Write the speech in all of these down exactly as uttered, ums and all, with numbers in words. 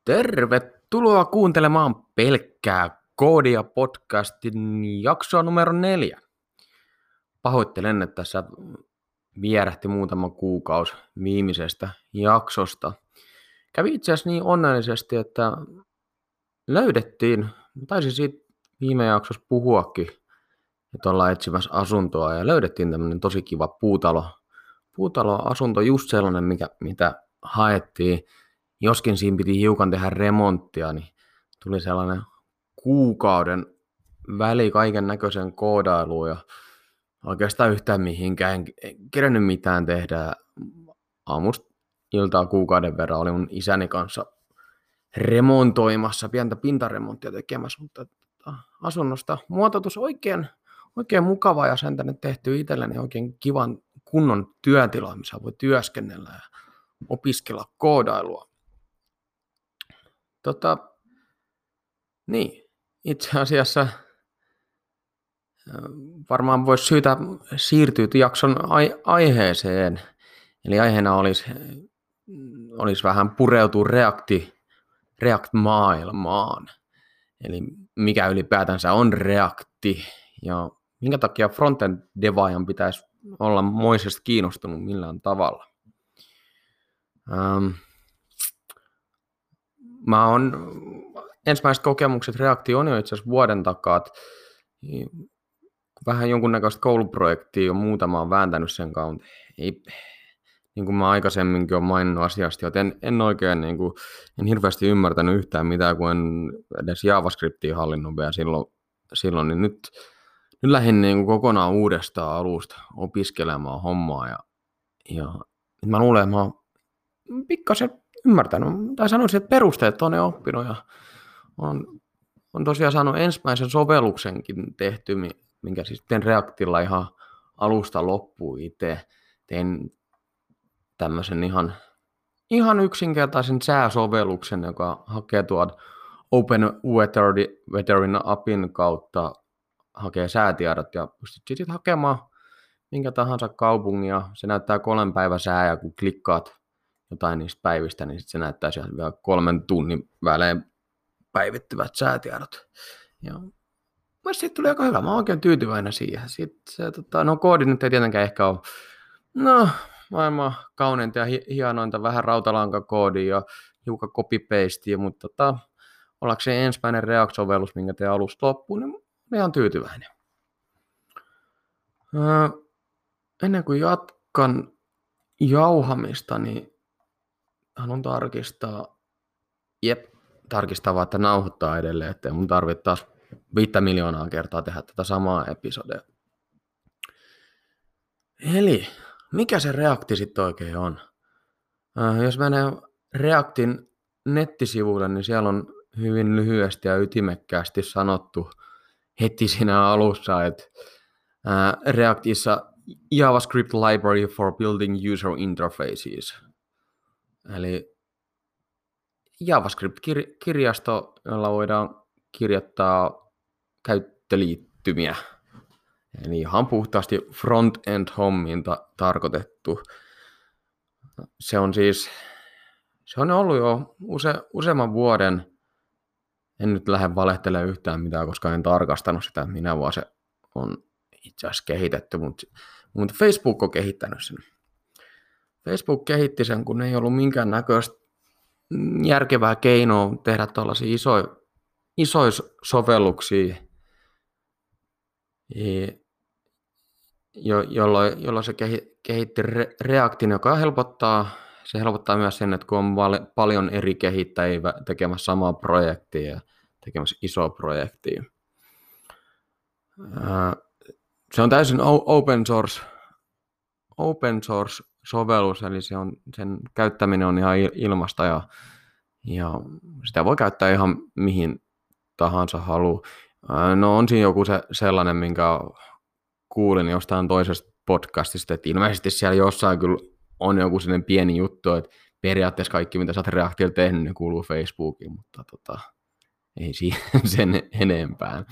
Tervetuloa kuuntelemaan pelkkää koodia podcastin jaksoa numero neljä. Pahoittelen, että tässä vierähti muutama kuukausi viimeisestä jaksosta. Kävi itse asiassa niin onnellisesti, että löydettiin, taisin siitä viime jaksossa puhuakin, että ollaan etsimässä asuntoa ja löydettiin tämmöinen tosi kiva puutalo. Puutaloasunto, just sellainen, mikä, mitä haettiin. Joskin siinä piti hiukan tehdä remonttia, niin tuli sellainen kuukauden väli kaiken näköisen koodailuun ja oikeastaan yhtään mihinkään, en kerennyt mitään tehdä. Aamusta iltaa kuukauden verran olin mun isäni kanssa remontoimassa, pientä pintaremonttia tekemässä, mutta asunnosta muotoitus oikein, oikein mukava ja sen tänne tehty itselleni oikein kivan kunnon työtila, missä voi työskennellä ja opiskella koodailua. Tota, niin, itse asiassa varmaan voisi syytä siirtyä jakson ai- aiheeseen. Eli aiheena olisi, olisi vähän pureutua Reacti, React-maailmaan. Eli mikä ylipäätänsä on Reacti ja minkä takia frontend-devaajan pitäisi olla moisesti kiinnostunut millään tavalla. Ähm, mä oon ensimmäiset kokemukset Reacti on jo itse asiassa vuoden takaa. Vähän jonkunnäköistä kouluprojektia on muutama on vääntänyt sen kautta. Ei, niin kuin mä aikaisemminkin olen maininnut asiasta, joten en oikein niin kuin, en hirveästi ymmärtänyt yhtään mitään, kun en edes JavaScriptia hallinnut vielä silloin, silloin niin nyt, nyt lähdin niin kuin kokonaan uudestaan alusta opiskelemaan hommaa ja, ja nyt mä luulen, että mä oon pikkasen ymmärtänyt, tai sanoisin, että perusteet on jo oppinut ja on, on tosiaan saanut ensimmäisen sovelluksenkin tehty, minkä siis tein Reactilla ihan alusta loppuun itse. Tein tämmöisen ihan, ihan yksinkertaisen sääsovelluksen, joka hakee tuolta Open Weatherin appin kautta hakee säätiedot ja pystyt sitten hakemaan minkä tahansa kaupungin ja se näyttää kolmen päivän sää ja kun klikkaat jotain niistä päivistä, niin sitten se näyttää siellä vielä kolmen tunnin välein päivittyvät säätiedot. Ja siitä tuli aika hyvä. Mä oon oikein tyytyväinen siihen. Sitten se, tota, no koodi nyt ei tietenkään ehkä ole no, maailman kauneinta ja hi- hienointa, vähän rautalankakoodia ja hiukan copy-pastea, mutta tota, ollakseen ensimmäinen React-sovellus, minkä tein alusta loppuun, niin olen ihan tyytyväinen. Öö, ennen kuin jatkan jauhamista, niin haluan tarkistaa, jep, tarkistaa vaan, että nauhoittaa edelleen, ettei mun tarvitse taas viittä miljoonaa kertaa tehdä tätä samaa episodea. Eli mikä se Reacti sitten oikein on? Äh, jos menee Reactin nettisivuille, niin siellä on hyvin lyhyesti ja ytimekkäästi sanottu heti siinä alussa, että äh, React is a JavaScript library for building user interfaces. Eli JavaScript-kirjasto, jolla voidaan kirjoittaa käyttöliittymiä. Eli ihan puhtaasti front-end-hommiin ta- tarkoitettu. Se on siis, se on ollut jo use, useamman vuoden, en nyt lähde valehtelemaan yhtään mitään, koska en tarkastanut sitä, minä vaan se on itse asiassa kehitetty, mutta, mutta Facebook on kehittänyt sen. Facebook kehitti sen, kun ei ollut minkään näköistä järkevää keinoa tehdä tällaisia isoja, isoja sovelluksia, jo, jolloin, jolloin se kehitti Reactin, joka helpottaa, se helpottaa myös sen, että kun on val- paljon eri kehittäjiä tekemässä samaa projektia ja tekemässä isoa projektia. Se on täysin open source, open source sovellus, eli se on, sen käyttäminen on ihan ilmasta ja, ja sitä voi käyttää ihan mihin tahansa haluaa. No on siinä joku se, sellainen, minkä kuulin jostain toisesta podcastista, että ilmeisesti siellä jossain kyllä on joku sellainen pieni juttu, että periaatteessa kaikki, mitä sä oot Reactilla tehnyt, ne kuuluu Facebookiin, mutta tota, ei siihen sen enempää.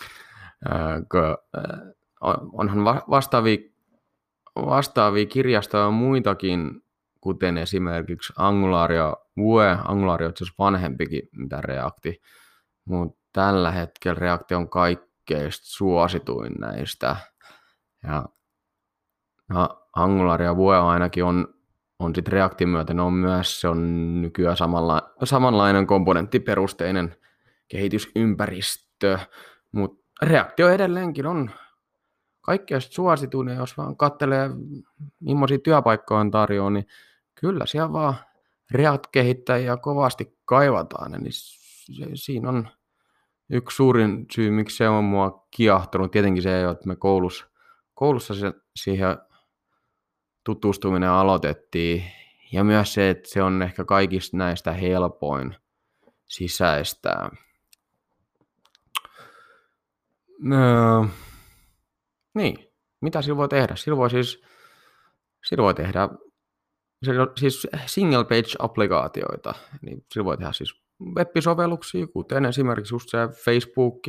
Onhan vastaavia, vastaavia kirjastoja muitakin, kuten esimerkiksi Angular ja Vue, Angular on itse asiassa vanhempikin mitä Reacti, mutta tällä hetkellä React on kaikkein suosituin näistä. Ja no, Angular ja Vue ainakin on, on sitten Reactin myötä, ne on myös, se on nykyään samalla, samanlainen komponenttiperusteinen kehitysympäristö, mutta React on edelleenkin on kaikkein suosituin, jos vaan katselee, millaisia työpaikkoja on tarjoaa, niin kyllä siellä vaan React-kehittäjiä kovasti kaivataan, niin se, siinä on yksi suurin syy, miksi se on mua kiahtunut. Tietenkin se ei ole, että me koulussa, koulussa se, siihen tutustuminen aloitettiin, ja myös se, että se on ehkä kaikista näistä helpoin sisäistää. Öö, niin, mitä sillä voi tehdä? Sillä voi siis sillä voi tehdä siis single page-applikaatioita, niin sillä voi tehdä siis web-sovelluksia, kuten esimerkiksi just se Facebook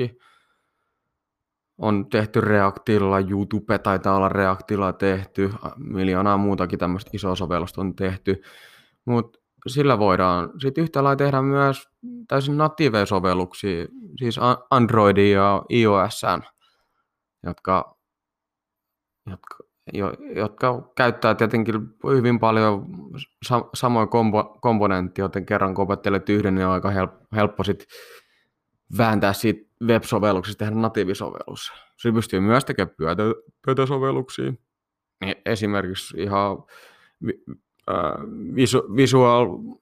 on tehty Reactilla, YouTube taitaa olla Reactilla tehty, miljoonaa muutakin tämmöistä isoa sovellusta on tehty, mutta sillä voidaan sitten yhtä lailla tehdä myös täysin native-sovelluksia, siis Androidin ja iOSn, jotka, jotka, jo, jotka käyttää tietenkin hyvin paljon sa- samoja kompo- komponentteja, joten kerran kun opettelet yhden, niin on aika help- helppo sit vääntää siitä web-sovelluksesta tehdä natiivisovellus. Se pystyy myös tekemään pöytäsovelluksia. Esimerkiksi ihan vi- äh, visu- visual,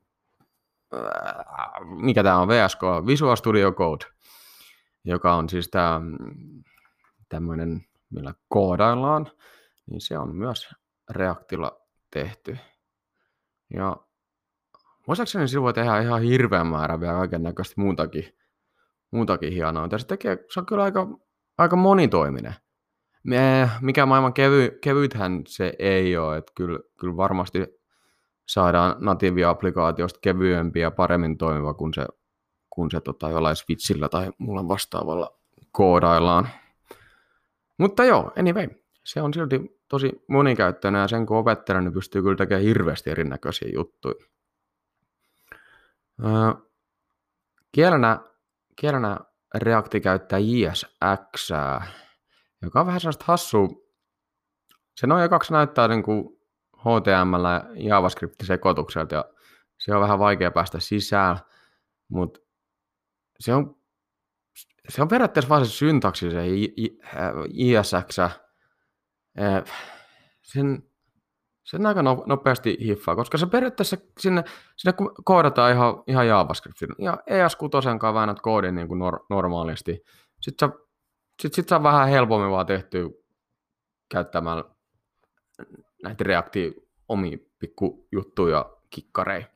äh, mikä tämä on, V S Code, Visual Studio Code, joka on siis tämä tämmöinen, millä koodaillaan, niin se on myös Reactilla tehty. Ja muistaakseni sillä voi tehdä ihan hirveän määrä vielä kaiken näköistä muutakin, muutakin hienoa. Se, tekee, se on kyllä aika, aika monitoiminen. Me, mikä maailman kevy, kevythän se ei ole, että kyllä, kyllä varmasti saadaan natiivi-applikaatiosta kevyempi ja paremmin toimiva kuin se, kun se tota, jollain Switchillä tai mulla vastaavalla koodaillaan. Mutta joo, anyway, se on silti tosi monikäyttöinen ja sen kun opettelee, niin pystyy kyllä tekemään hirveästi erinäköisiä juttuja. Öö, kielenä, kielenä React käyttää J S X, joka on vähän sellaista hassua. Se noin kaksi näyttää niin kuin H T M L ja JavaScript-sekoitukselta ja se on vähän vaikea päästä sisään, mutta se on, se on periaatteessa vaan se syntaksi, se J S X. Sen, sen aika nopeasti hiffaa, koska se periaatteessa sinne, sinne koodataan ihan, ihan JavaScriptin. Ja E S kuusi väännät koodin niin kuin nor, normaalisti. Sitten se, sit, sit se on vähän helpommin vaan tehty käyttämällä näitä Reactin omia pikkujuttuja ja kikkareja.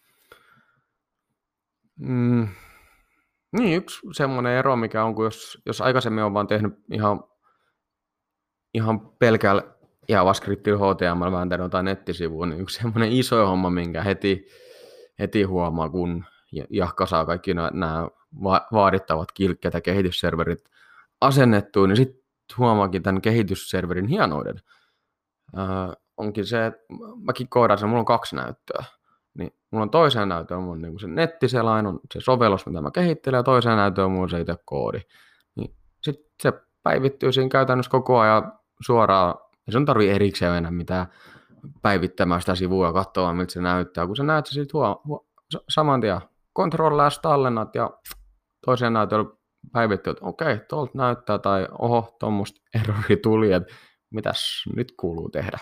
Mm. Niin, yksi semmoinen ero, mikä on, kun jos, jos aikaisemmin on vaan tehnyt ihan, ihan pelkällä JavaScriptilla H T M L vääntänyt jotain nettisivua, niin yksi semmoinen iso homma, minkä heti, heti huomaa, kun Jahka saa kaikki nämä vaadittavat kilkkeet ja kehitysserverit asennettua, niin sitten huomaakin tämän kehitysserverin hienouden. Öö, onkin se, että mäkin koodaan sen, mulla on kaksi näyttöä. Niin mulla on toiseen näytöön mun niin se nettiselain, on se sovellus, mitä mä kehittelen, ja toiseen näytöön mulla on se itse koodi. Niin sitten se päivittyy siinä käytännössä koko ajan suoraan. Ei sun tarvii erikseen mennä mitään päivittämään sitä sivua ja katsomaan, miltä se näyttää. Kun sä näet se sitten huo, huo, saman tien kontrollia tallennat ja toiseen näytöllä päivittyy, että okei, tuolta näyttää, tai oho, tuommoista errori tuli, että mitäs nyt kuuluu tehdä.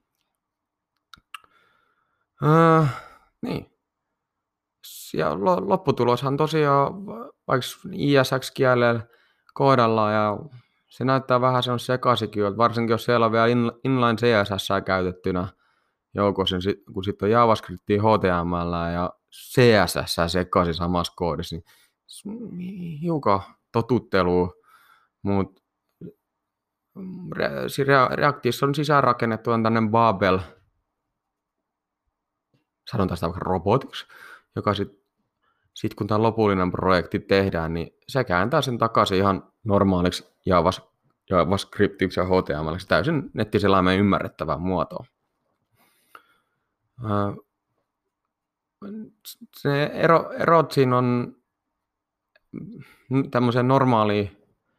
Öö, niin. Ja lopputuloshan tosiaan vaikka I S X-kielellä koodalla ja se näyttää vähän se on sekaisinkin, varsinkin jos siellä on vielä inline C S S käytettynä joukossa, kun sitten on JavaScriptia, H T M L ja C S S sekaisin samassa koodissa, niin hiukan totuttelua, mutta Reactissa on sisäänrakennettu tämmöinen Babel, sanotaan sitä vaikka robotics, joka sitten sit kun tämä lopullinen projekti tehdään, niin se kääntää sen takaisin ihan normaaliksi JavaScriptiksi ja H T M L:ksi täysin nettiselaimen ymmärrettävään muotoon. se ero, erot siinä on tämmöisen normaali,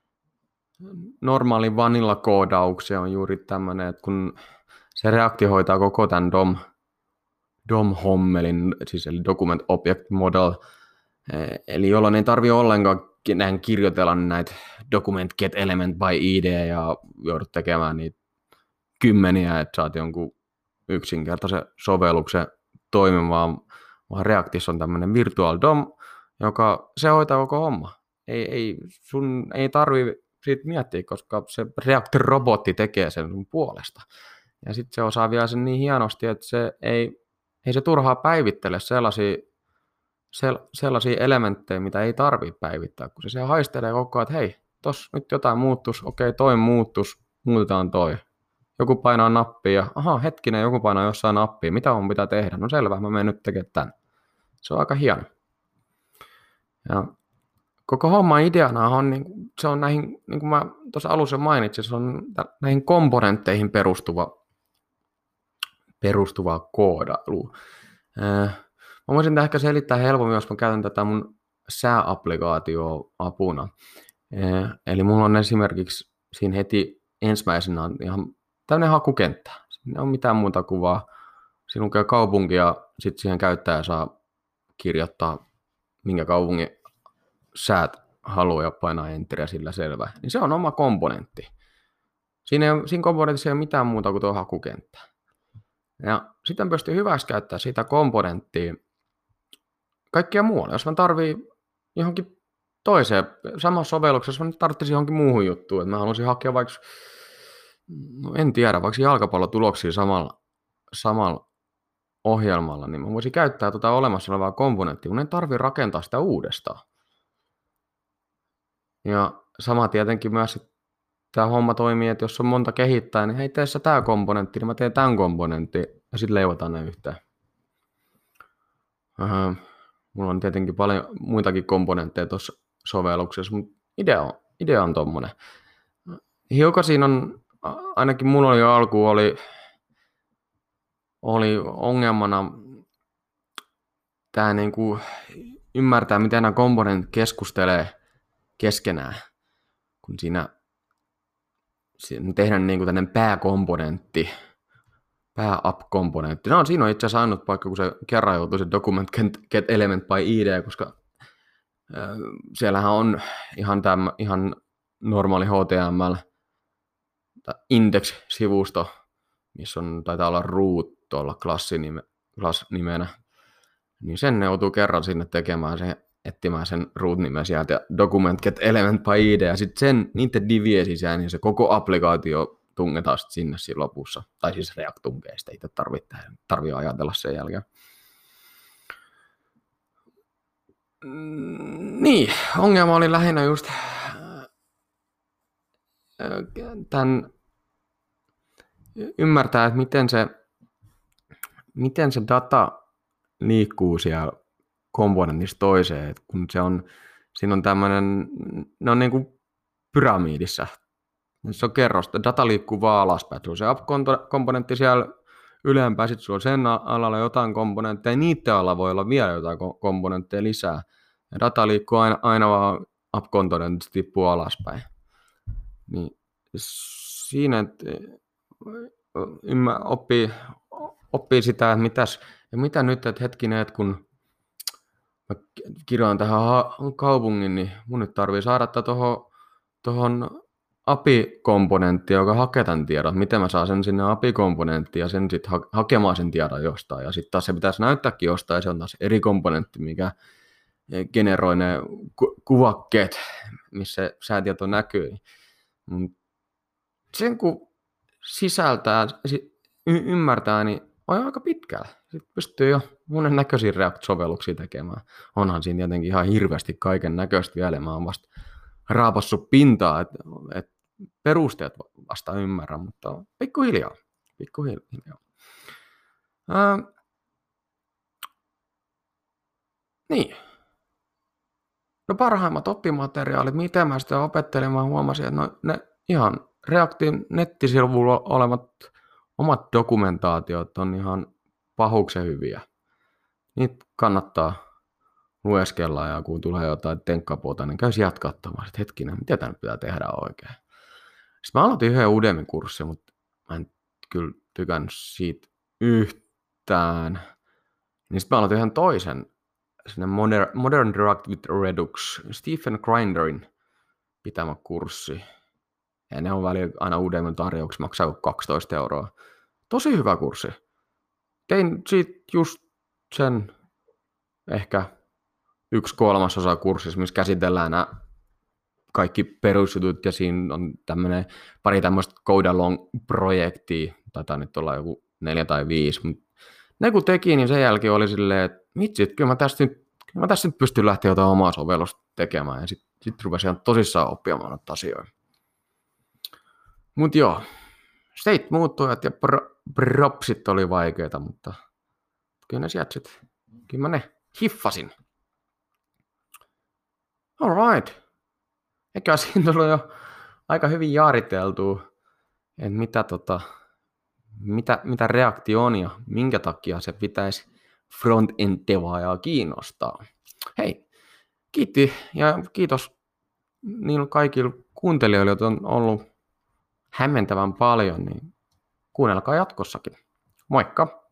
normaali vanilla-koodauksia on juuri tämmöinen, että kun se React hoitaa koko tämän D O M, D O M-hommelin, siis eli Document Object Model, eli jolloin ei tarvitse ollenkaan näin kirjoitella näitä Document Get Element by I D ja joudut tekemään niitä kymmeniä, että saat jonkun yksinkertaisen sovelluksen toimimaan, vaan Reactissa on tämmöinen virtual D O M, joka se hoitaa koko homma. Ei, ei, sun ei tarvitse siitä miettiä, koska se React-robotti tekee sen sun puolesta. Ja sitten se osaa vielä sen niin hienosti, että se ei, ei se turhaa päivittele sellaisia, sellaisia elementtejä, mitä ei tarvitse päivittää, kun se siellä haistelee koko ajan, että hei, tossa nyt jotain muuttus, okei, toi muuttus, muutetaan toi. Joku painaa nappia ja aha, hetkinen, joku painaa jossain nappia, mitä on pitää tehdä? No selvä, mä menen nyt tekemään tämän. Se on aika hieno. Ja koko homman ideana on, niin, se on näihin, niin kuin mä tuossa alussa mainitsin, se on näihin komponentteihin perustuva, perustuva koodailu. Mä voisin ehkä selittää helpommin, jos mä käytän tätä mun sää-applikaatioa apuna. Eli mulla on esimerkiksi siinä heti ensimmäisenä ihan tämmöinen hakukenttä. Siinä on mitään muuta kuvaa. Siinä lukee kaupunki ja sitten siihen käyttäjä saa kirjoittaa, minkä kaupungin säät haluaa ja painaa enteriä sillä selvä. Niin se on oma komponentti. Siinä, ei, siinä komponentissa ei ole mitään muuta kuin tuo hakukenttä. Ja sitten pystyy hyväksi käyttää sitä komponenttia kaikkia muualle. Jos mä tarvii johonkin toiseen, samassa sovelluksessa mä nyt tarvitsisin johonkin muuhun juttuun, että mä haluaisin hakea vaikka, no en tiedä, vaikka jalkapallotuloksia samalla, samalla ohjelmalla, niin mä voisin käyttää tuota olemassa olevaa komponenttia, kun en tarvitse rakentaa sitä uudestaan. Ja sama tietenkin myös, että tämä homma toimii, että jos on monta kehittäjää, niin hei, tee sä tämä komponentti, niin mä teen tämän komponentti, ja sitten leivotaan ne yhteen. Öö, mulla on tietenkin paljon muitakin komponentteja tuossa sovelluksessa, mutta idea on, idea on tommonen. Hiukan siinä on, ainakin mulla oli jo alkuun oli, oli ongelmana tämä niinku ymmärtää, miten nämä komponentit keskustelee keskenään, kun siinä, siinä tehdään niinku tämmöinen pääkomponentti, pää-app-komponentti. No, siinä on itse asiassa ainut paikka, kun se kerran joutuu se document get element by I D, koska äh, siellähän on ihan, täm, ihan normaali H T M L index-sivusto, missä on, taitaa olla root tuolla klassinime, class-nimenä, niin sen ne joutuu kerran sinne tekemään se, etsimään sen root-nimen sieltä ja document get element by I D, ja sitten sen, niiden divien sisään, niin se koko applikaatio tungetaan sitten sinne siinä lopussa. Tai siis React tunkee, sitä itse tarvitsee tarvitse ajatella sen jälkeen. Niin, ongelma oli lähinnä just tämän ymmärtää, että miten se, miten se data liikkuu siellä komponentissa toiseen, että kun se on, siinä on tämmöinen, ne on niin kuin pyramiidissa. Se on kerrosta, data liikkuu vaan alaspäin. Se on se app-komponentti siellä ylempää, sitten sulla on sen alalla jotain komponentteja, niiden alla voi olla vielä jotain komponentteja lisää. Ja data liikkuu aina, aina vaan app-komponentti tippuu alaspäin. Niin siinä että oppii, oppii sitä, että mitäs, ja mitä nyt, että hetkinen, että kun mä kirjoitan tähän kaupungin, niin mun nyt tarvii saada tuohon tohon A P I-komponentti, joka hakee tämän tiedon. Miten mä saan sen sinne A P I-komponenttiin ja sen sitten ha- hakemaan sen tiedon jostain. Ja sitten taas se pitäisi näyttääkin jostain, ja se on taas eri komponentti, mikä generoi ne ku- kuvakkeet, missä säätieto näkyy. Sen kun sisältää, y- ymmärtää, niin on aika pitkällä. Sitten pystyy jo monen näköisiä React-sovelluksia tekemään. Onhan siinä jotenkin ihan hirveästi kaiken näköistä vielä. Mä oon vasta raapassut pintaa, että et perusteet vasta ymmärrän, mutta pikkuhiljaa. pikkuhiljaa. Ää, niin. No parhaimmat oppimateriaalit, miten mä sitä opettelin, mä huomasin, että no, ne ihan Reactin nettisivulla olevat omat dokumentaatiot on ihan pahuksen hyviä. niitä kannattaa lueskella ja kun tulee jotain tenkkapuota, niin käy sieltä katsomaan, että hetkinen, mitä tämä nyt pitää tehdä oikein. Sitten mä aloitin yhden Udemy-kurssin, mutta mä en kyllä tykännyt siitä yhtään. Niin sitten mä aloitin yhden toisen, sinne Modern, Modern Drug with Redux, Stephen Grinderin pitämä kurssi. Ja ne on välillä aina Udemy tarjouksessa, maksaa kaksitoista euroa. Tosi hyvä kurssi. Tein siitä just sen ehkä yksi kolmasosa kurssissa, missä käsitellään nämä kaikki perusjutut, ja siinä on tämmöinen pari tämmöistä code-along-projektia, taitaa nyt olla joku neljä tai viisi, mutta ne kun teki, niin sen jälkeen oli silleen, että vitsit, kyllä mä tästä nyt, kyllä mä tästä nyt pystyn lähteä jotain omaa sovellusta tekemään, ja sitten sit rupesin ihan tosissaan oppimaan noita asioita. Mutta joo, state muuttujat ja pro, propsit oli vaikeita, mutta kyllä ne sieltä sitten, kyllä mä ne hiffasin. Alright. Eikä siinä tullut jo aika hyvin jaariteltua, että mitä, tota, mitä, mitä reaktio on ja minkä takia se pitäisi front-end-devaajaa kiinnostaa. Hei, kiitti ja kiitos niillä kaikilla kuuntelijoilla, joita on ollut hämmentävän paljon, niin kuunnelkaa jatkossakin. Moikka!